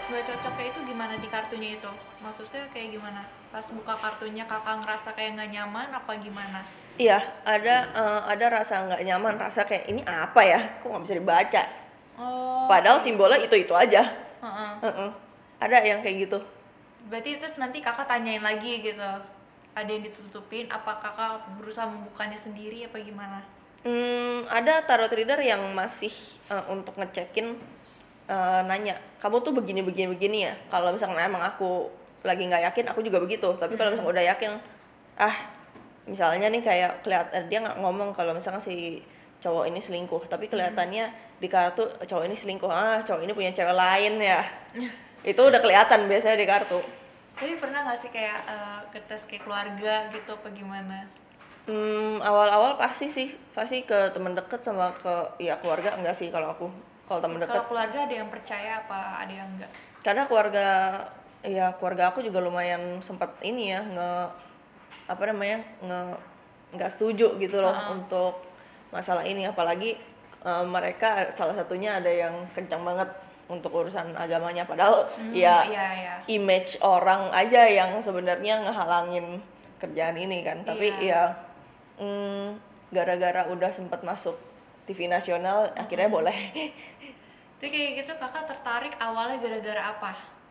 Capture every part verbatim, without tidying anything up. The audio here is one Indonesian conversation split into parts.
nggak cocoknya itu gimana di kartunya itu? Maksudnya kayak gimana? Pas buka kartunya kakak ngerasa kayak nggak nyaman apa gimana? Iya, ada eh, ada rasa nggak nyaman, rasa kayak ini apa ya, kok nggak bisa dibaca. Oh, Padahal kayak gitu. simbolnya itu itu aja. Heeh. Heeh. Ada yang kayak gitu. Berarti terus nanti kakak tanyain lagi gitu. Ada yang ditutupin? Apa kakak berusaha membukanya sendiri apa gimana? Hmm, ada tarot reader yang masih eh, untuk ngecekin, eh, nanya, kamu tuh begini begini begini ya. Kalau misalnya emang aku lagi nggak yakin, aku juga begitu. Tapi kalau misalnya udah yakin, ah, misalnya nih kayak kelihatan dia nggak ngomong kalau misalnya si cowok ini selingkuh, tapi kelihatannya di kartu cowok ini selingkuh, ah cowok ini punya cewek lain ya. Itu udah kelihatan biasanya di kartu. Tapi pernah nggak sih kayak eh, ke tes kayak keluarga gitu apa gimana? Hmm, awal-awal pasti sih, pasti ke teman deket sama ke ya keluarga enggak sih kalau aku. Kalau teman deket, Kalau keluarga ada yang percaya apa ada yang enggak? karena keluarga ya keluarga aku juga lumayan sempat ini ya nge apa namanya nge nggak setuju gitu loh Heeh. untuk masalah ini, apalagi eh, mereka salah satunya ada yang kencang banget untuk urusan agamanya, padahal Hmm, ya iya iya. image orang aja yang sebenarnya ngehalangin kerjaan ini kan. Tapi Iya. ya mm, gara-gara udah sempat masuk T V nasional akhirnya boleh. Tapi kayak gitu kakak tertarik awalnya gara-gara apa?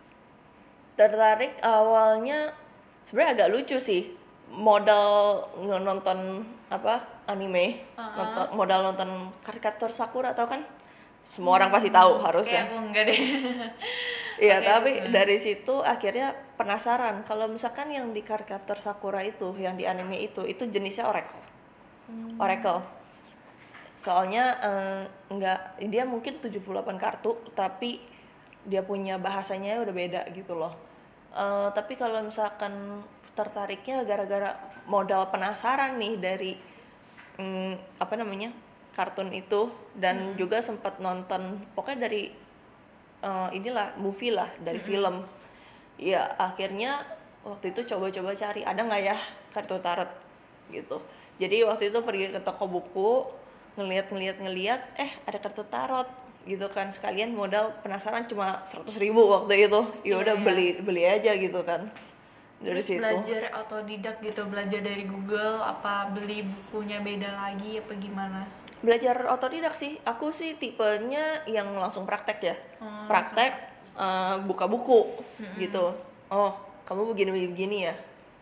Tertarik awalnya sebenarnya agak lucu sih, modal nonton apa anime, nonton modal nonton karikatur Sakura, tau kan, semua orang pasti tahu harusnya. Kayak aku enggak deh. Iya, Oke, tapi hmm. dari situ akhirnya penasaran kalau misalkan yang di karikatur Sakura itu, yang di anime itu, itu jenisnya oracle. Oracle. Soalnya eh, nggak, dia mungkin tujuh puluh delapan kartu, tapi dia punya bahasanya udah beda gitu loh. Eh, tapi kalau misalkan tertariknya gara-gara modal penasaran nih dari mm, apa namanya kartun itu, dan juga sempat nonton pokoknya dari eh, inilah movie lah, dari film ya. Akhirnya waktu itu coba-coba cari ada nggak ya kartu tarot gitu. Jadi waktu itu pergi ke toko buku, ngeliat-ngeliat-ngeliat, eh ada kartu tarot gitu kan, sekalian modal penasaran cuma seratus ribu waktu itu, ya Iya, udah iya. beli beli aja gitu kan dari Terus situ. belajar otodidak gitu, belajar dari Google apa beli bukunya beda lagi apa gimana? Belajar otodidak sih, aku sih tipenya yang langsung praktek ya. Oh, Praktek, eh, buka buku gitu. Oh, kamu begini begini ya.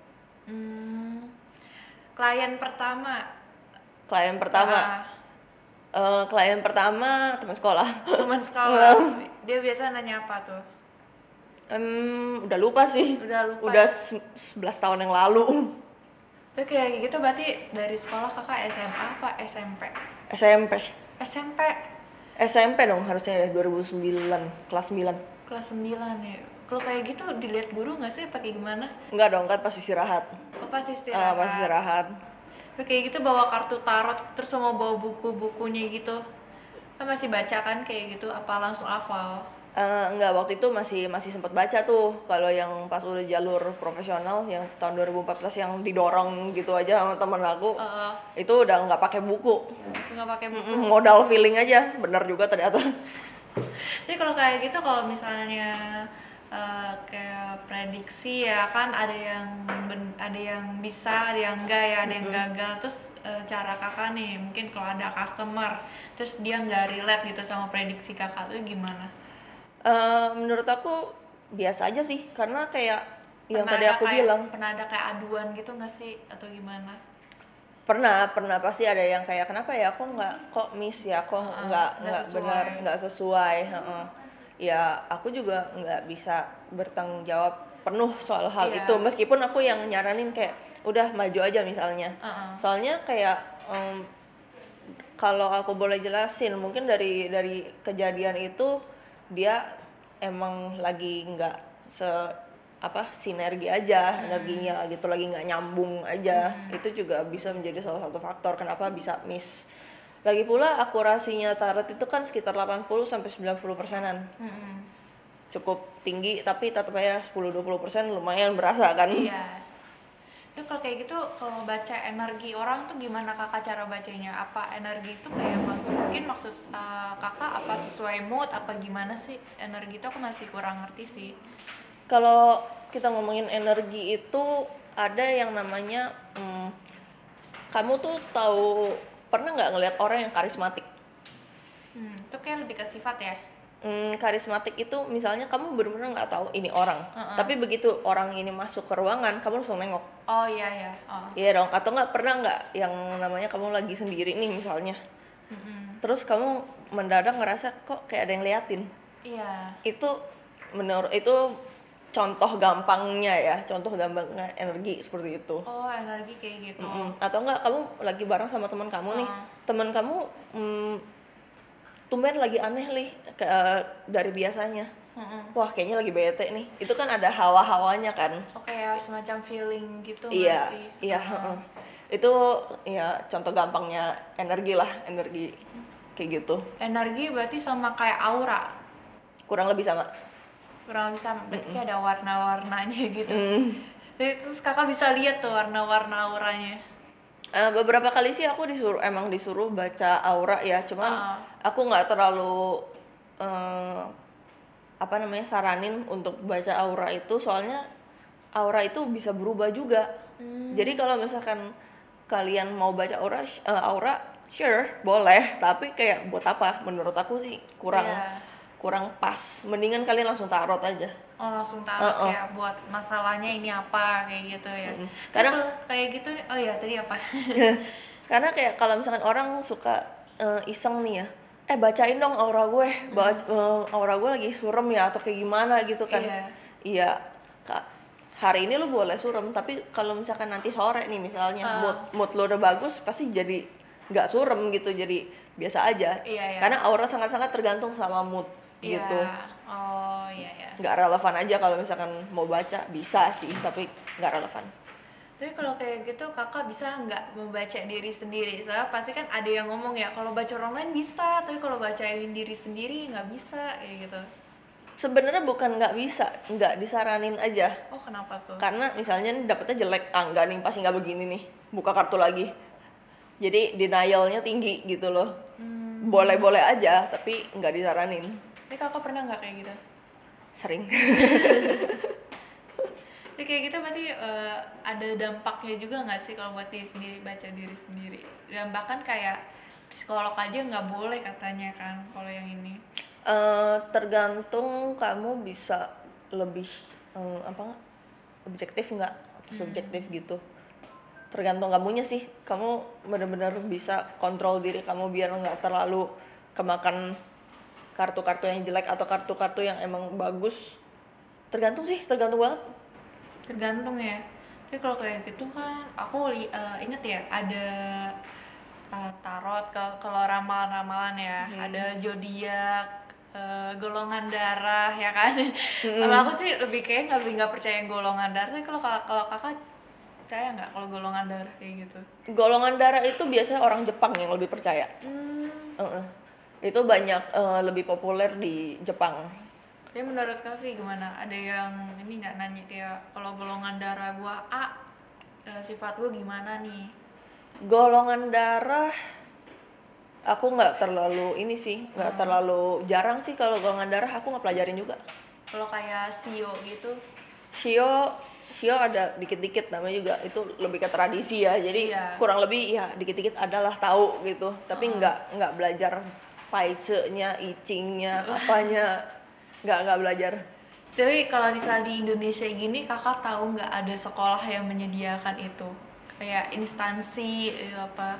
Hmm, klien pertama, Klien pertama, ah, eh, klien pertama teman sekolah. teman sekolah, dia biasa nanya apa tuh? Em, udah lupa sih. Udah lupa. Udah se- sebelas tahun yang lalu. Tuh kayak gitu berarti dari sekolah kakak S M A apa S M P? S M P. S M P S M P dong harusnya ya, dua ribu sembilan, kelas sembilan. kelas sembilan ya. Kalau kayak gitu dilihat guru nggak sih pakai gimana? Enggak dong, kan pas istirahat. Oh, pas Ah, istirahat. pas istirahat. Tuh kayak gitu bawa kartu tarot terus sama bawa buku-bukunya gitu. Kan masih baca kan kayak gitu apa langsung hafal? Eh, enggak, waktu itu masih masih sempat baca tuh. Kalau yang pas udah jalur profesional yang tahun dua ribu empat belas yang didorong gitu aja sama temen aku, Heeh. itu udah nggak pakai buku. Nggak pakai buku. Mm, modal feeling aja. Benar juga ternyata. Jadi kalau kayak gitu kalau misalnya eh, kayak prediksi ya kan ada yang ben- ada yang bisa, ada yang enggak ya, ada yang gagal. Terus eh, cara kakak nih mungkin kalau ada customer terus dia nggak relate gitu sama prediksi kakak tuh gimana? Eh, menurut aku biasa aja sih, karena kayak yang Pernah tadi ada aku kayak bilang, pernah ada kayak aduan gitu nggak sih atau gimana? pernah pernah pasti ada yang kayak kenapa ya kok nggak, kok miss ya, kok Heeh, nggak nggak nggak sesuai. benar, nggak sesuai. Heeh. Ya aku juga nggak bisa bertanggung jawab penuh soal hal Iya. itu, meskipun aku yang nyaranin kayak udah maju aja misalnya. Heeh. Soalnya kayak em, kalau aku boleh jelasin, mungkin dari dari kejadian itu dia emang lagi nggak se apa sinergi aja energinya gitu, lagi nggak nyambung aja. Itu juga bisa menjadi salah satu faktor kenapa bisa miss. Lagi pula akurasinya tarot itu kan sekitar delapan puluh sampai sembilan puluh persenan, Mm-mm. cukup tinggi, tapi tetap aja sepuluh dua puluh persen lumayan berasa kan. Iya. Tapi kalau kayak gitu, kalau baca energi orang tuh gimana kakak cara bacanya? Apa energi itu kayak maksud, mungkin maksud uh, kakak apa sesuai mood apa gimana sih? Energi itu aku masih kurang ngerti sih. Kalau kita ngomongin energi itu ada yang namanya hmm, kamu tuh tahu pernah nggak ngelihat orang yang karismatik? Hmm, itu kayak lebih ke sifat ya? Hmm, karismatik itu misalnya kamu benar-benar nggak tahu ini orang, Uh-uh. tapi begitu orang ini masuk ke ruangan kamu langsung nengok. Oh iya ya. Oh. Iya dong. Atau nggak pernah nggak yang namanya kamu lagi sendiri nih misalnya, Mm-mm. terus kamu mendadak ngerasa kok kayak ada yang liatin. Iya. Itu menurut itu contoh gampangnya ya, contoh gampangnya energi seperti itu. Oh energi kayak gitu. Mm-mm. Atau enggak kamu lagi bareng sama teman kamu nih, Uh-uh. teman kamu mm, tumben lagi aneh nih ke, uh, dari biasanya. Mm-mm. Wah kayaknya lagi bete nih. Itu kan ada hawa-hawanya kan. Oh kayak semacam feeling gitu nggak Iya, sih? iya. Uh-uh. heeh. Itu ya contoh gampangnya energi lah, energi kayak gitu. Energi berarti sama kayak aura. Kurang lebih sama. Kurang lebih sama, berarti kayak ada warna-warnanya gitu. Mm. Jadi, terus kakak bisa lihat tuh warna-warna auranya. Uh, beberapa kali sih aku disuruh emang disuruh baca aura ya, cuman Uh-uh. aku nggak terlalu uh, apa namanya saranin untuk baca aura itu, soalnya aura itu bisa berubah juga. Hmm. Jadi kalau misalkan kalian mau baca aura, uh, aura sure boleh, tapi kayak buat apa? Menurut aku sih kurang Iya. kurang pas. Mendingan kalian langsung tarot aja. Oh langsung tahu Uh-uh. kayak buat masalahnya ini apa kayak gitu ya. Mm-mm. Tapi Kadang- kalau kayak gitu, oh ya tadi apa? Karena kayak kalau misalkan orang suka uh, iseng nih ya, eh bacain dong aura gue, baca, uh, aura gue lagi surem ya atau kayak gimana gitu kan. Iya. Iya, Kak. Hari ini lu boleh surem, tapi kalau misalkan nanti sore nih misalnya Uh. mood mood lu udah bagus, pasti jadi nggak surem gitu, jadi biasa aja. Iya, iya. Karena aura sangat-sangat tergantung sama mood Iya. gitu. Oh iya ya. Nggak relevan aja kalau misalkan mau baca, bisa sih, tapi nggak relevan. Tapi kalau kayak gitu kakak bisa nggak membaca diri sendiri? Soalnya pasti kan ada yang ngomong ya kalau baca orang lain bisa, tapi kalau bacain diri sendiri nggak bisa kayak gitu. Sebenarnya bukan nggak bisa, nggak disaranin aja. Oh kenapa tuh? Karena misalnya nih dapetnya jelek, ah enggak nih pasti nggak begini nih, buka kartu lagi. Jadi denialnya tinggi gitu loh. Hmm. Boleh-boleh aja, tapi nggak disaranin. Tapi kakak pernah nggak kayak gitu? Sering. Jadi kayak gitu berarti uh, ada dampaknya juga nggak sih kalau buat diri sendiri, baca diri sendiri? Dan bahkan kayak psikolog aja nggak boleh katanya kan kalau yang ini. Eh, tergantung kamu bisa lebih eh, apa nggak, objektif nggak atau subjektif gitu. Tergantung kamunya sih, kamu benar-benar bisa kontrol diri kamu biar nggak terlalu kemakan kartu-kartu yang jelek atau kartu-kartu yang emang bagus. Tergantung sih, tergantung banget. Tergantung ya. Tapi kalau kayak gitu kan aku li- uh, inget ya ada uh, tarot ke- kalau ramalan-ramalan ya, ada zodiak, uh, golongan darah ya kan. Kalau aku sih lebih kayak nggak lebih nggak percaya golongan darah. Tapi kalau kalau kakak percaya nggak kalau golongan darah kayak gitu? Golongan darah itu biasanya orang Jepang yang lebih percaya. Hmm. Uh-uh. Itu banyak eh, lebih populer di Jepang. Tapi menurut kakak gimana? Ada yang ini nggak nanya kayak kalau golongan darah gua A, uh, sifat gua gimana nih? Golongan darah aku nggak terlalu ini sih, nggak terlalu jarang sih kalau golongan darah, aku nggak pelajarin juga. Kalau kayak Sio gitu, Shio Shio ada dikit-dikit, namanya juga itu lebih ke tradisi ya, jadi Iya. kurang lebih ya dikit-dikit adalah tahu gitu, tapi nggak nggak belajar paice-nya, I-Ching-nya, apanya, nggak nggak belajar. tapi kalau misalnya di Indonesia gini kakak tahu nggak ada sekolah yang menyediakan itu? Kayak instansi eh, apa?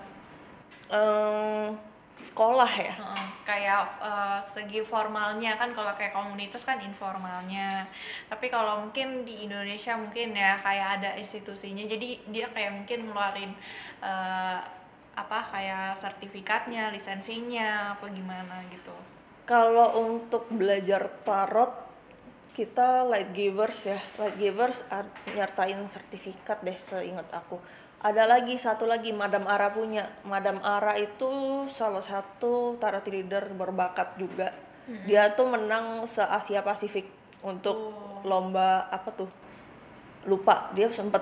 Ehm, sekolah ya. Heeh, kayak eh, segi formalnya kan kalau kayak komunitas kan informalnya. Tapi kalau mungkin di Indonesia mungkin ya kayak ada institusinya. Jadi dia kayak mungkin ngeluarin eh, apa kayak sertifikatnya, lisensinya apa gimana gitu. Kalau untuk belajar tarot kita light givers ya, light givers ad- nyertain sertifikat deh seingat aku. Ada lagi satu lagi Madam Ara punya. Madam Ara itu salah satu tarot reader berbakat juga. Dia tuh menang se Asia Pasifik untuk Oh. lomba apa tuh? Lupa. Dia sempet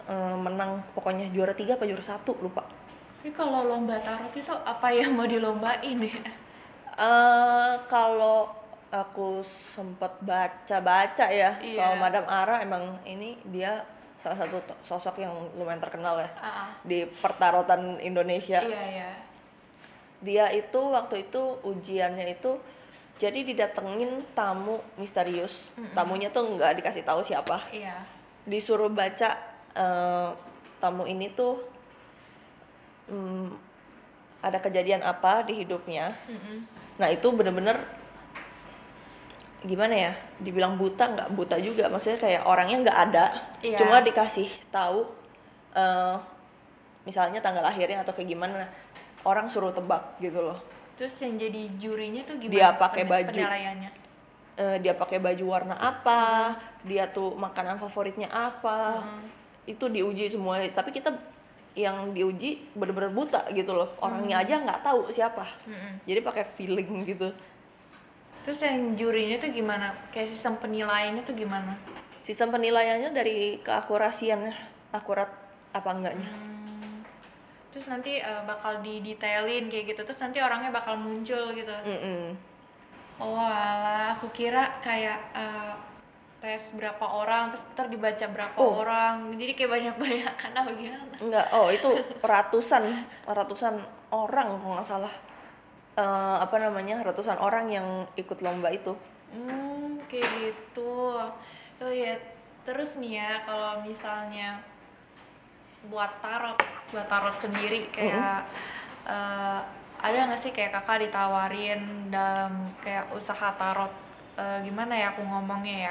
eh, menang pokoknya juara tiga apa juara satu lupa. Tapi kalau lomba tarot itu apa yang mau dilombain ya? Eh kalau aku sempat baca-baca ya Iya. soal Madam Ara, emang ini dia salah satu to- sosok yang lumayan terkenal ya Ah, ah. di pertarotan Indonesia. Iya iya. Dia itu waktu itu ujiannya itu jadi didatengin tamu misterius. Tamunya tuh nggak dikasih tahu siapa. Iya. Disuruh baca eh, tamu ini tuh hmm, ada kejadian apa di hidupnya. Mm-mm. Nah itu bener-bener gimana ya, dibilang buta nggak buta juga, maksudnya kayak orangnya nggak ada, Iya. cuma dikasih tahu eh, misalnya tanggal lahirnya atau kayak gimana, orang suruh tebak gitu loh. Terus yang jadi jurinya tuh gimana? Dia pakai pen- baju. Penilaiannya. Eh, dia pakai baju warna apa, dia tuh makanan favoritnya apa, itu diuji semua. Tapi kita yang diuji bener-bener buta gitu loh, orangnya aja nggak tahu siapa, Mm-mm. jadi pakai feeling gitu. Terus yang jurinya tuh gimana? Kayak sistem penilaiannya tuh gimana? Sistem penilaiannya dari keakurasiannya, akurat apa enggaknya. Hmm. Terus nanti eh, bakal didetailin kayak gitu. Terus nanti orangnya bakal muncul gitu. Mm-mm. Oh alah, aku kira kayak eh, tes berapa orang, terus ntar dibaca berapa Oh. orang. Jadi kayak banyak-banyak karena bagaimana? Enggak, oh itu ratusan ratusan orang kalau nggak salah. Eh, apa namanya, ratusan orang yang ikut lomba itu. Hmm, kayak gitu. Oh ya, terus nih ya kalau misalnya buat tarot, buat tarot sendiri kayak eh, ada nggak sih kayak kakak ditawarin dalam kayak usaha tarot, eh, gimana ya aku ngomongnya ya,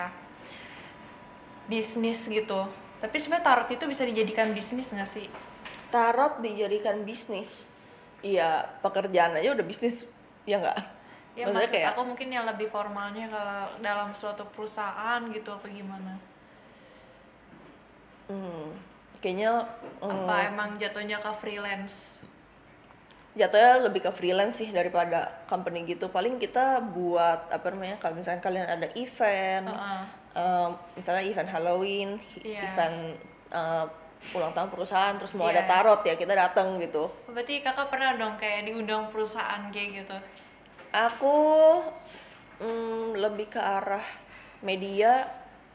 bisnis gitu. Tapi sebenarnya tarot itu bisa dijadikan bisnis nggak sih? Tarot dijadikan bisnis. Iya, pekerjaan aja udah bisnis, ya nggak? Ya Maksudnya maksud kayak aku mungkin yang lebih formalnya kalau dalam suatu perusahaan gitu apa gimana? hmm, kayaknya hmm, Apa emang jatuhnya ke freelance? jatuhnya lebih ke freelance sih daripada company gitu. Paling kita buat apa namanya, kalau misalnya kalian ada event, Heeh. um, misalnya event Halloween, Iya. event uh, ulang tahun perusahaan, terus mau Iya. ada tarot ya kita datang gitu. Berarti kakak pernah dong kayak diundang perusahaan kayak gitu? Aku mm, lebih ke arah media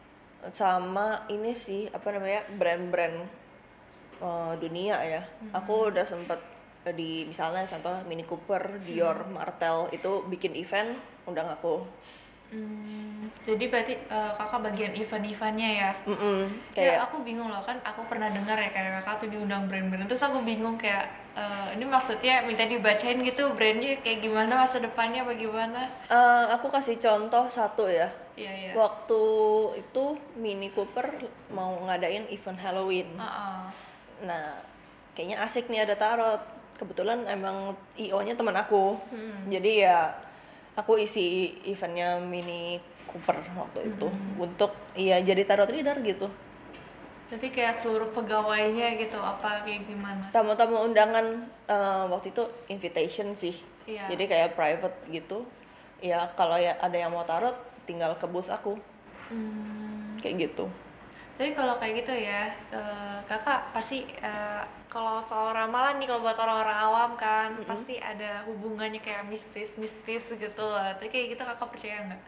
sama ini sih, apa namanya, brand-brand uh, dunia ya. Aku udah sempet eh, di misalnya contoh Mini Cooper, Dior, Martell itu bikin event undang aku. Hmm, jadi berarti eh, kakak bagian event-eventnya ya? Mm-mm, Ya kayak aku bingung loh, kan aku pernah dengar ya kayak kakak tuh diundang brand-brand. Terus aku bingung kayak eh, ini maksudnya minta dibacain gitu brandnya kayak gimana, masa depannya bagaimana? eh, aku kasih contoh satu ya. Iya iya. Waktu itu Mini Cooper mau ngadain event Halloween. Heeh. Nah, kayaknya asik nih ada tarot. Kebetulan emang I O-nya teman aku. Jadi ya aku isi eventnya Mini Cooper waktu itu untuk ya jadi tarot reader gitu. Jadi kayak seluruh pegawainya gitu apa kayak gimana? Tamu-tamu undangan eh, waktu itu invitation sih. Iya. Jadi kayak private gitu. Ya kalau ya ada yang mau tarot tinggal ke booth aku. Hmm. Kayak gitu. Tapi kalau kayak gitu ya, eh, kakak pasti eh, kalau soal ramalan nih, kalau buat orang-orang awam kan pasti ada hubungannya kayak mistis-mistis gitu lah. Tapi kayak gitu kakak percaya nggak?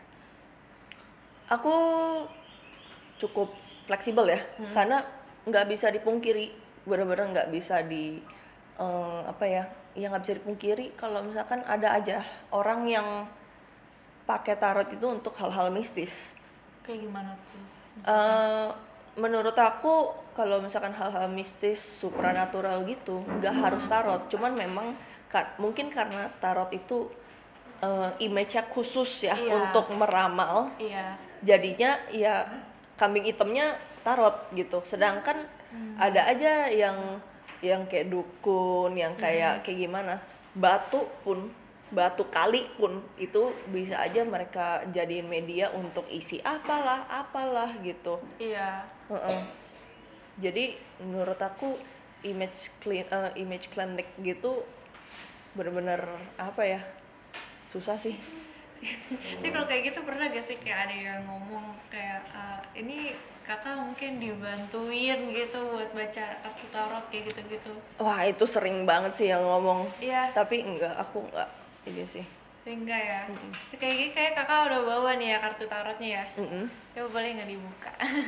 Aku cukup fleksibel ya, karena nggak bisa dipungkiri, bener-bener nggak bisa di eh, apa ya, ya nggak bisa dipungkiri kalau misalkan ada aja orang yang pakai tarot itu untuk hal-hal mistis. Kayak gimana tuh? Eh, menurut aku kalau misalkan hal-hal mistis supranatural gitu nggak harus tarot, cuman memang ka- mungkin karena tarot itu eh, image-nya khusus ya Iya. untuk meramal, Iya. jadinya ya kambing hitamnya tarot gitu. Sedangkan ada aja yang yang kayak dukun, yang kayak kayak gimana, batu pun, batu kali pun itu bisa aja mereka jadiin media untuk isi apalah apalah gitu. Iya. Heeh. Jadi menurut aku image clean eh, image clinic gitu bener-bener apa ya, susah sih. Tapi kalau kayak gitu pernah gak sih kayak ada yang ngomong kayak "Eh, ini kakak mungkin dibantuin gitu buat baca kartu tarot kayak gitu-gitu." Wah itu sering banget sih yang ngomong. Iya. Tapi enggak, aku enggak ini sih. Enggak ya. Kayak gini kayak kakak udah bawa nih ya kartu tarotnya ya. Mm-mm. Coba boleh nggak dibuka?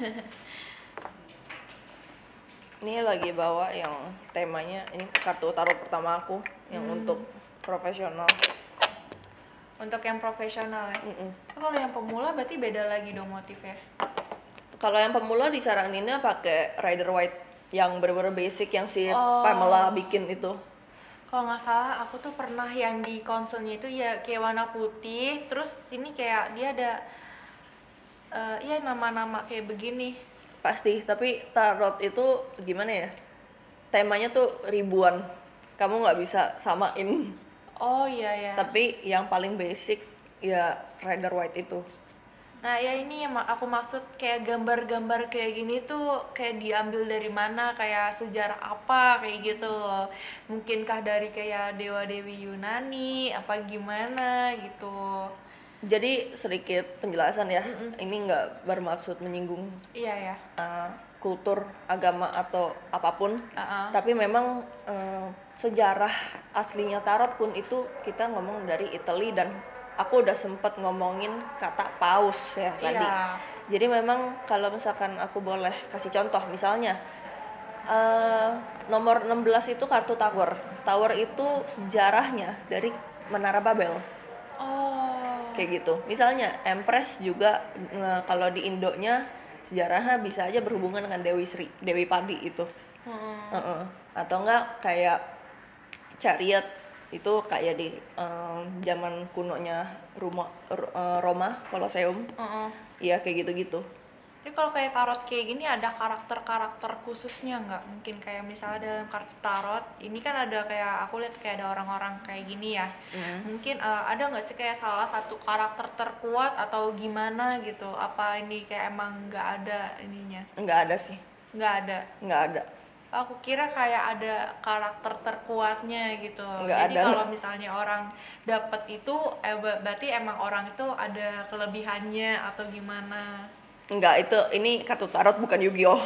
Ini lagi bawa yang temanya, ini kartu tarot pertama aku yang untuk profesional. Untuk yang profesional ya. Mm-mm. Kalau yang pemula berarti beda lagi dong motifnya. Kalau yang pemula disaraninnya pakai Rider White yang bener-bener basic yang si Oh. Pamela bikin itu. Kalau nggak salah aku tuh pernah yang di konsolnya itu ya kayak warna putih, terus ini kayak dia ada eh ya nama-nama kayak begini. Pasti, tapi tarot itu gimana ya? Temanya tuh ribuan. Kamu nggak bisa samain. Oh iya ya. Tapi yang paling basic ya Rider White itu. Nah ya ini yang ma- aku maksud kayak gambar-gambar kayak gini tuh kayak diambil dari mana, kayak sejarah apa kayak gitu loh. Mungkinkah dari kayak dewa-dewi Yunani apa gimana gitu. Jadi sedikit penjelasan ya. Ini nggak bermaksud menyinggung Iya ya. uh, kultur, agama atau apapun. Uh-uh. Tapi memang uh, sejarah aslinya tarot pun itu kita ngomong dari Italy, dan aku udah sempet ngomongin kata paus ya tadi. Iya. Jadi memang kalau misalkan aku boleh kasih contoh, misalnya uh, nomor enam belas itu kartu Tower. Tower itu sejarahnya dari Menara Babel. Oh. Kayak gitu. Misalnya Empress juga uh, kalau di Indonya sejarahnya bisa aja berhubungan dengan Dewi Sri, Dewi Padi itu. Hmm. Uh-uh. Atau enggak kayak Chariot itu kayak di um, zaman kunonya Roma, uh, Roma Colosseum. Uh-uh. Iya kayak gitu-gitu. Tapi kalau kayak tarot kayak gini ada karakter-karakter khususnya nggak? Mungkin kayak misalnya dalam kartu tarot ini kan ada kayak aku lihat kayak ada orang-orang kayak gini ya. Mm. Mungkin uh, ada nggak sih kayak salah satu karakter terkuat atau gimana gitu? Apa ini kayak emang nggak ada ininya? Enggak ada sih. Nggak ada. Enggak ada. Aku kira kayak ada karakter terkuatnya gitu. Nggak Jadi ada. kalau misalnya orang dapat itu, eh, ber- berarti emang orang itu ada kelebihannya atau gimana? Enggak, itu ini kartu tarot bukan Yu-Gi-Oh.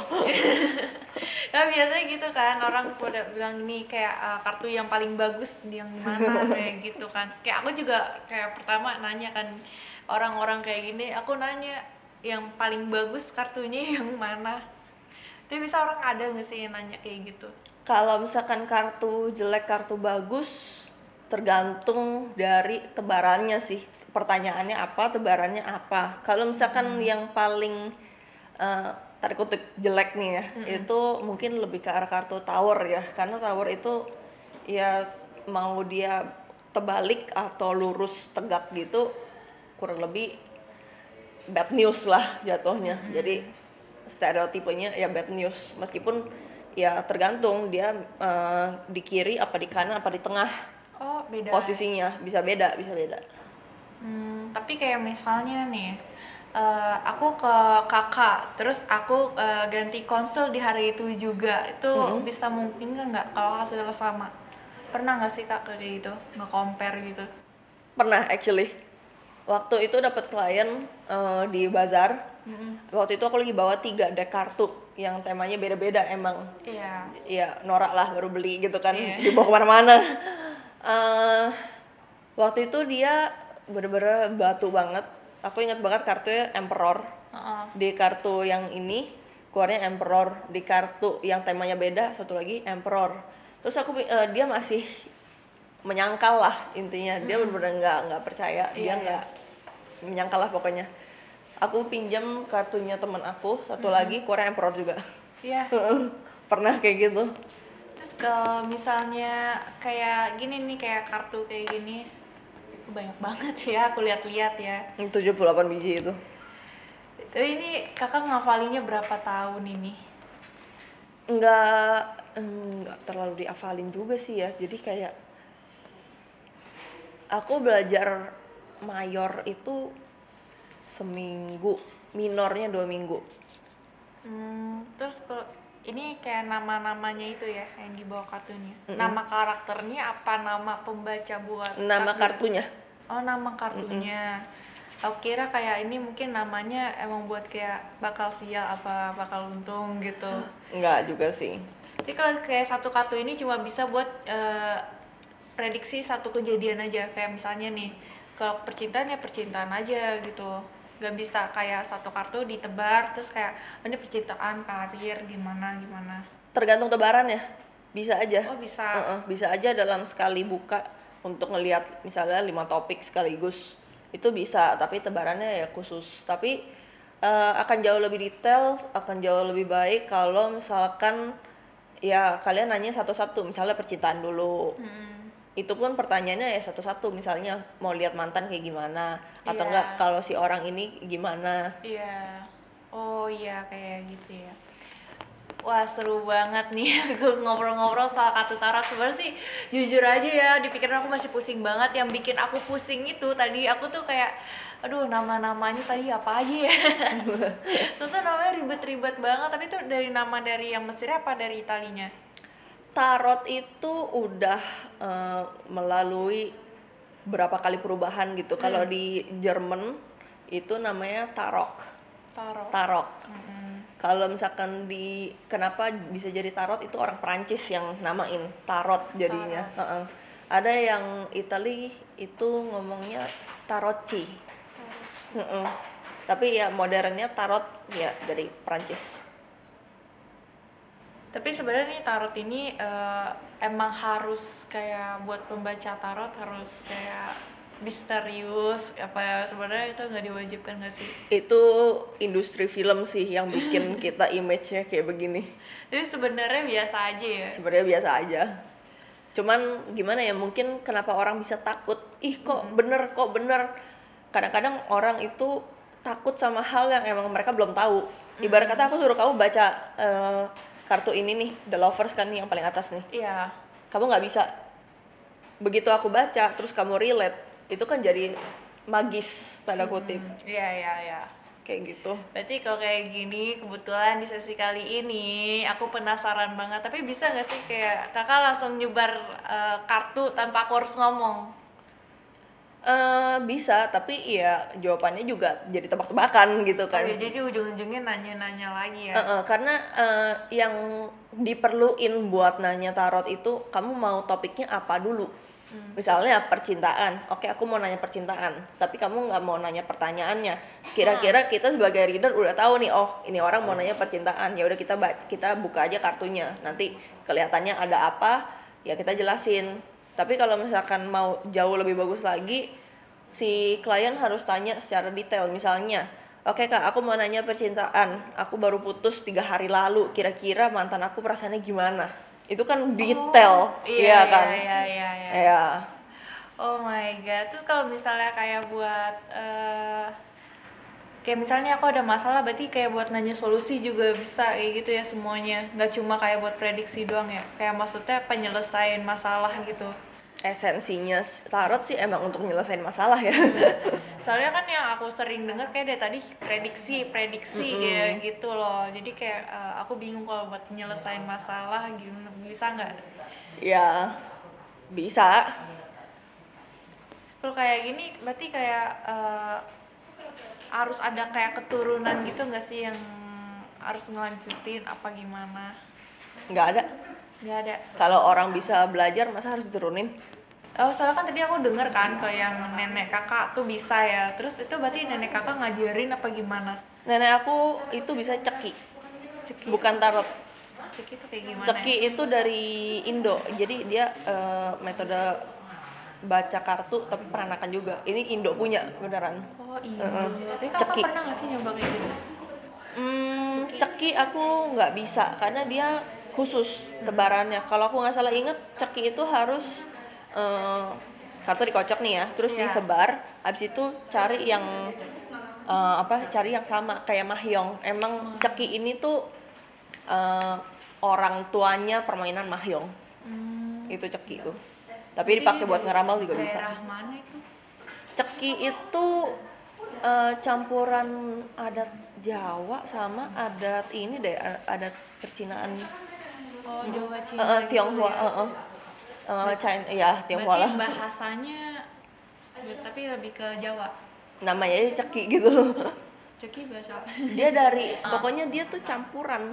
Ya biasanya gitu kan, orang pada bilang ini kayak uh, kartu yang paling bagus yang mana kayak gitu kan. Kayak aku juga kayak pertama nanya kan orang-orang kayak gini, aku nanya yang paling bagus kartunya yang mana. Tapi bisa orang ada nggak sih yang nanya kayak gitu? Kalau misalkan kartu jelek, kartu bagus, tergantung dari tebarannya sih. Pertanyaannya apa, tebarannya apa. Kalau misalkan yang paling uh, tanda kutip jelek nih ya, itu mungkin lebih ke arah kartu tower ya. Karena tower itu ya s- mau dia terbalik atau lurus tegak gitu, kurang lebih bad news lah jatuhnya. Jadi stereotipenya ya bad news. Meskipun ya tergantung dia uh, di kiri apa di kanan apa di tengah Oh beda. posisinya, bisa beda, bisa beda. Hmm, tapi kayak misalnya nih, eh, aku ke kakak, terus aku eh, ganti konsel di hari itu juga, itu bisa mungkin kan nggak kalau hasilnya sama? Pernah nggak sih kak kayak gitu, nge-compare gitu? Pernah actually. Waktu itu dapat klien uh, di bazar. Waktu itu aku lagi bawa tiga deck kartu yang temanya beda-beda emang. Iya. Ya norak lah baru beli gitu kan, Iya. dibawa kemana-mana. Eh, waktu itu dia bener-bener batu banget. Aku ingat banget kartunya Emperor. Heeh. Di kartu yang ini keluarnya Emperor, di kartu yang temanya beda satu lagi Emperor. Terus aku eh, dia masih menyangkal lah intinya, dia bener-bener nggak nggak percaya, dia Iya, nggak menyangkal lah pokoknya. Aku pinjam kartunya teman aku satu lagi keluarnya Emperor juga. Iya. Pernah kayak gitu. Terus kalau misalnya kayak gini nih, kayak kartu kayak gini, banyak banget ya aku lihat-lihat ya. tujuh puluh delapan biji itu. Tapi ini kakak ngafalinnya berapa tahun ini? Nggak nggak terlalu diafalin juga sih ya, jadi kayak aku belajar mayor itu seminggu, minornya dua minggu. Hmm, terus kalau ini kayak nama-namanya itu ya yang di bawah kartunya. Nama karakternya apa nama pembaca buat Nama kartu? kartunya Oh, nama kartunya. Aku kira kayak ini mungkin namanya emang buat kayak bakal sial apa bakal untung gitu. Enggak juga sih. Jadi kalau kayak satu kartu ini cuma bisa buat eh, prediksi satu kejadian aja. Kayak misalnya nih, kalau percintaan ya percintaan aja gitu. Gak bisa kayak satu kartu ditebar terus kayak oh, ini percintaan, karir, gimana gimana. Tergantung tebaran ya, bisa aja. Oh, bisa. Uh-uh, bisa aja dalam sekali buka untuk ngelihat misalnya lima topik sekaligus itu bisa, tapi tebarannya ya khusus. Tapi uh, akan jauh lebih detail, akan jauh lebih baik kalau misalkan ya kalian nanya satu-satu, misalnya percintaan dulu. Hmm. Itu pun pertanyaannya ya satu-satu, misalnya mau lihat mantan kayak gimana atau Iya. enggak kalau si orang ini gimana. Iya. Oh iya kayak gitu ya. Wah seru banget nih aku ngobrol-ngobrol soal kartu tarot. Sebenarnya sih jujur aja ya di pikiran aku masih pusing banget. Yang bikin aku pusing itu tadi aku tuh kayak aduh nama-namanya tadi apa aja ya. Soalnya namanya ribet-ribet banget. Tapi itu dari nama dari yang Mesir apa dari Italinya? Tarot itu udah uh, melalui berapa kali perubahan gitu. Hmm. Kalau di Jerman itu namanya tarot. Tarot. Tarot. Mm-mm. Kalau misalkan di kenapa bisa jadi tarot itu orang Perancis yang namain tarot jadinya. Uh-uh. Ada yang Itali itu ngomongnya tarocci. Uh-uh. Tapi ya modernnya tarot ya dari Perancis. Tapi sebenarnya nih tarot ini uh, emang harus kayak buat pembaca tarot harus kayak misterius apa sebenarnya itu nggak diwajibkan nggak sih? Itu industri film sih yang bikin kita image-nya kayak begini. Jadi sebenarnya biasa aja ya. Sebenarnya biasa aja. Cuman gimana ya, mungkin kenapa orang bisa takut? Ih kok mm-hmm. bener, kok bener. Kadang-kadang orang itu takut sama hal yang emang mereka belum tahu. Ibarat mm-hmm. kata aku suruh kamu baca uh, kartu ini nih, The Lovers kan yang paling atas nih. Iya. Kamu nggak bisa. Begitu aku baca, terus kamu relate, itu kan jadi magis tanda kutip. Iya hmm, iya iya. Kayak gitu. Berarti kalau kayak gini kebetulan di sesi kali ini aku penasaran banget. Tapi bisa nggak sih kayak kakak langsung nyebar uh, kartu tanpa aku harus ngomong? Uh, bisa, tapi ya jawabannya juga jadi tebak-tebakan gitu kan. Oh, ya, jadi ujung-ujungnya nanya-nanya lagi ya. Uh-uh, karena uh, yang diperluin buat nanya tarot itu kamu mau topiknya apa dulu. Hmm. Misalnya percintaan, oke aku mau nanya percintaan, tapi kamu nggak mau nanya pertanyaannya. Kira-kira kita sebagai reader udah tahu nih, oh ini orang mau nanya percintaan, ya udah kita kita buka aja kartunya, nanti kelihatannya ada apa, ya kita jelasin. Tapi kalau misalkan mau jauh lebih bagus lagi, si klien harus tanya secara detail. Misalnya, oke kak, aku mau nanya percintaan, aku baru putus tiga hari lalu, kira-kira mantan aku perasaannya gimana? Itu kan detail, oh, iya, iya kan? Iya, iya, iya. Iya. Oh my god. Terus kalau misalnya kayak buat, uh, kayak misalnya aku ada masalah, berarti kayak buat nanya solusi juga bisa kayak gitu ya semuanya. Nggak cuma kayak buat prediksi doang ya. Kayak maksudnya penyelesaian masalah gitu. Esensinya tarot sih emang untuk nyelesain masalah ya. Soalnya kan yang aku sering dengar kayak dari tadi prediksi, prediksi mm-hmm. ya gitu loh. Jadi kayak uh, aku bingung kalau buat nyelesain masalah gimana, bisa nggak? Ya bisa. Kalau kayak gini berarti kayak uh, harus ada kayak keturunan gitu nggak sih yang harus ngelanjutin apa gimana? Nggak ada. Nggak ada. Kalau orang bisa belajar masa harus diturunin? Oh, soalnya kan tadi aku denger kan kalau yang nenek kakak tuh bisa ya. Terus itu berarti nenek kakak ngajarin apa gimana? Nenek aku itu bisa ceki. Ceki. Bukan tarot. Ceki itu kayak gimana? Ceki ya? itu dari Indo. Jadi dia uh, metode baca kartu tapi peranakan juga. Ini Indo punya beneran. Oh iya. Uh-uh. Tapi kakak ceki. Pernah nggak sih nyoba kayak gitu? Hmm, ceki. ceki aku nggak bisa karena dia khusus tebarannya. Hmm. Kalau aku nggak salah inget, ceki itu harus uh, kartu dikocok nih ya, terus yeah. disebar. Habis itu cari yang uh, apa? Cari yang sama kayak mahjong. Emang hmm. ceki ini tuh uh, orang tuanya permainan mahjong. Hmm. Itu ceki itu. Tapi dipakai buat ngeramal juga bisa. Daerah mana itu? Ceki itu uh, campuran adat Jawa sama adat ini deh, adat percinaan. Oh, Jawa Cina. Uh, uh, Tionghoa, gitu ya? uh, uh. Uh, China, ya Tionghoa lah. Berarti bahasanya tapi lebih ke Jawa. Namanya aja Ceki gitu. Ceki bahasa apa? Dia dari pokoknya dia tuh campuran.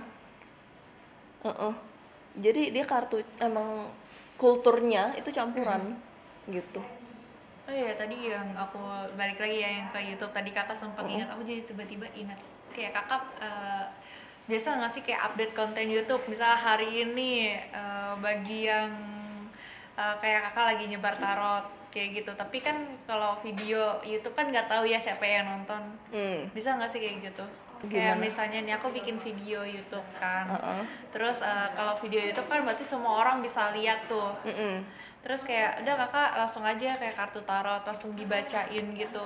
Uh-uh. Jadi dia kartu emang kulturnya itu campuran gitu. Oh iya, tadi yang aku balik lagi ya yang ke YouTube tadi kakak sempat Mm-mm. ingat, aku jadi tiba-tiba ingat kayak kakak uh, biasa nggak sih kayak update konten YouTube, misalnya hari ini uh, bagi yang uh, kayak kakak lagi nyebar tarot kayak gitu, tapi kan kalau video YouTube kan nggak tahu ya siapa yang nonton. Hmm. Bisa nggak sih kayak gitu? Gimana? Kayak misalnya nih aku bikin video YouTube kan, Uh-uh. terus uh, kalau video YouTube kan berarti semua orang bisa lihat tuh. Mm-mm. Terus kayak udah kakak langsung aja kayak kartu tarot langsung dibacain gitu.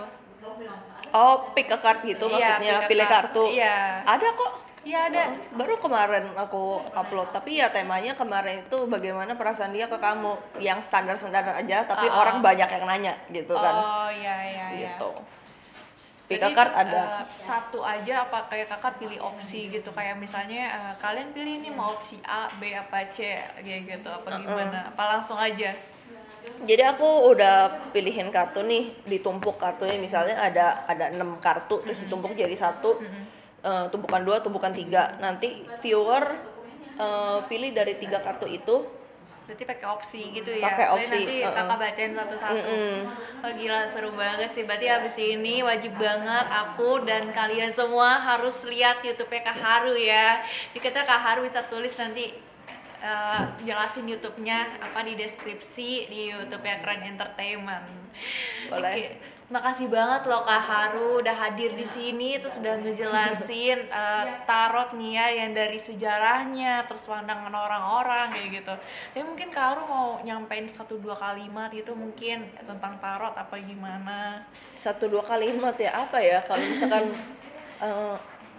Oh, pick a card gitu Iya, maksudnya, pick a pilih card. kartu. Iya. Ada kok. Iya ada. Uh, baru kemarin aku upload, tapi ya temanya kemarin itu bagaimana perasaan dia ke kamu, yang standar-standar aja, tapi Uh-uh. orang banyak yang nanya gitu kan. Oh iya iya iya. Gitu. Pick a Jadi card itu, ada. uh, satu aja apa kayak kakak pilih opsi gitu, kayak misalnya uh, kalian pilih ini mau opsi A, B apa C kayak gitu apa gimana? Apa langsung aja? Jadi aku udah pilihin kartu nih, ditumpuk kartunya, misalnya ada ada enam kartu terus ditumpuk jadi satu, uh, tumpukan dua, tumpukan tiga. Nanti viewer uh, pilih dari tiga kartu itu. Berarti pakai opsi gitu ya. Pakai Jadi opsi, nanti uh-uh. kakak bacain satu-satu. Mm-mm. Oh gila seru banget sih. Berarti habis ini wajib banget aku dan kalian semua harus lihat YouTube-nya Kak Haru ya. Di kata Kak Haru bisa tulis nanti uh, jelasin YouTube-nya apa di deskripsi di YouTube-nya Keren Entertainment. Boleh. Oke. Makasih banget loh Kak Haru udah hadir di sini, terus udah ngejelasin uh, tarot nih ya, yang dari sejarahnya, terus pandangan orang-orang kayak gitu. Tapi mungkin Kak Haru mau nyampein satu dua kalimat gitu mungkin tentang tarot apa gimana? Satu dua kalimat ya, apa ya kalau misalkan uh,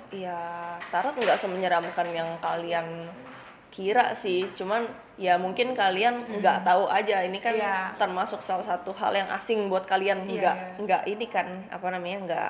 ya tarot nggak semenyeramkan yang kalian kira sih, cuman ya mungkin kalian nggak hmm. tahu aja, ini kan yeah. termasuk salah satu hal yang asing buat kalian, nggak yeah, yeah. nggak ini kan apa namanya nggak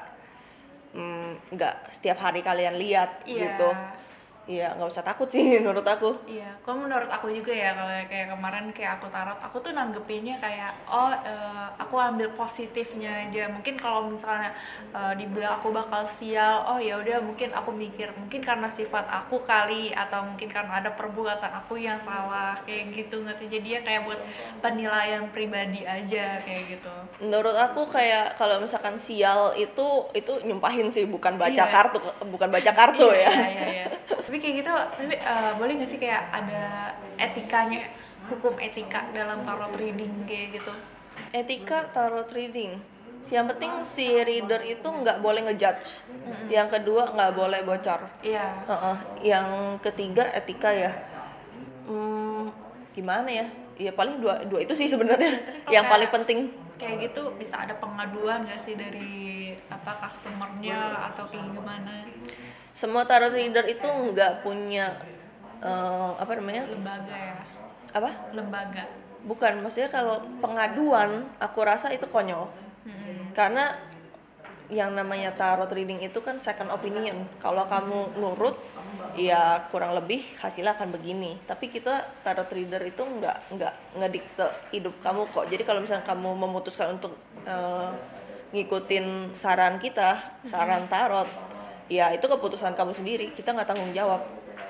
nggak mm, setiap hari kalian lihat yeah. gitu. Iya, nggak usah takut sih menurut aku. Iya, kalau menurut aku juga ya, kalau kayak kemarin kayak aku tarot, aku tuh nanggepinnya kayak oh uh, aku ambil positifnya aja. Mungkin kalau misalnya uh, dibilang aku bakal sial, oh ya udah mungkin aku mikir mungkin karena sifat aku kali, atau mungkin karena ada perbuatan aku yang salah kayak gitu nggak sih? Jadinya kayak buat penilaian pribadi aja kayak gitu. Menurut aku kayak kalau misalkan sial itu itu nyumpahin sih, bukan baca iya. kartu, bukan baca kartu iya, ya. Iya, iya, iya. Tapi kayak gitu, tapi uh, boleh nggak sih kayak ada etikanya, hukum etika dalam tarot reading kayak gitu? Etika tarot reading, yang penting si reader itu nggak boleh ngejudge. Mm-hmm. Yang kedua nggak boleh bocor. Iya. Uh-uh. Yang ketiga etika ya, hmm, gimana ya? Ya paling dua dua itu sih sebenarnya yang paling penting. Kayak gitu bisa ada pengaduan nggak sih dari apa customernya atau kayak gimana? Semua tarot reader itu nggak punya uh, apa namanya? Lembaga ya. Apa? Lembaga. Bukan, maksudnya kalau pengaduan aku rasa itu konyol. Hmm. Karena yang namanya tarot reading itu kan second opinion. Kalau kamu nurut, ya kurang lebih hasilnya akan begini. Tapi kita tarot reader itu nggak nggak ngedikte hidup kamu kok. Jadi kalau misalnya kamu memutuskan untuk uh, ngikutin saran kita, saran tarot, ya itu keputusan kamu sendiri. Kita nggak tanggung jawab.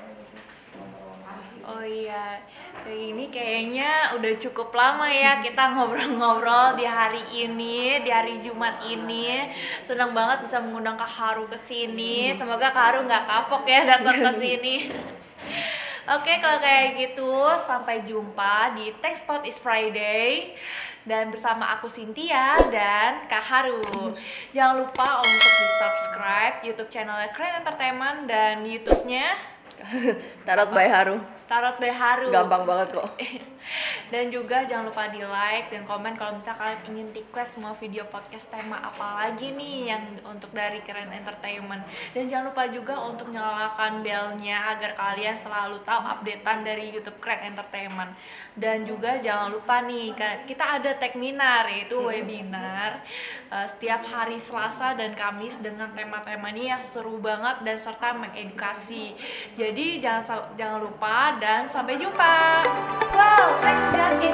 Oh iya, ini kayaknya udah cukup lama ya kita ngobrol-ngobrol di hari ini, di hari Jumat ini. Senang banget bisa mengundang Kak Haru ke sini. Semoga Kak Haru nggak kapok ya datang ke sini. Oke, kalau kayak gitu sampai jumpa di Tech Spot is Friday. Dan bersama aku Cynthia dan Kak Haru. Jangan lupa untuk di subscribe YouTube channelnya Keren Entertainment dan YouTube-nya Tarot by Haru. Tarot by Haru. Gampang banget kok. Dan juga jangan lupa di like dan komen kalau misalnya kalian ingin request mau video podcast tema apa lagi nih yang untuk dari Keren Entertainment. Dan jangan lupa juga untuk nyalakan belnya agar kalian selalu tahu updatean dari YouTube Keren Entertainment. Dan juga jangan lupa nih, kita ada Techminar, yaitu webinar uh, setiap hari Selasa dan Kamis dengan tema-tema ini yang seru banget dan serta mengedukasi. Jadi jangan jangan lupa dan sampai jumpa. Wow, thanks God.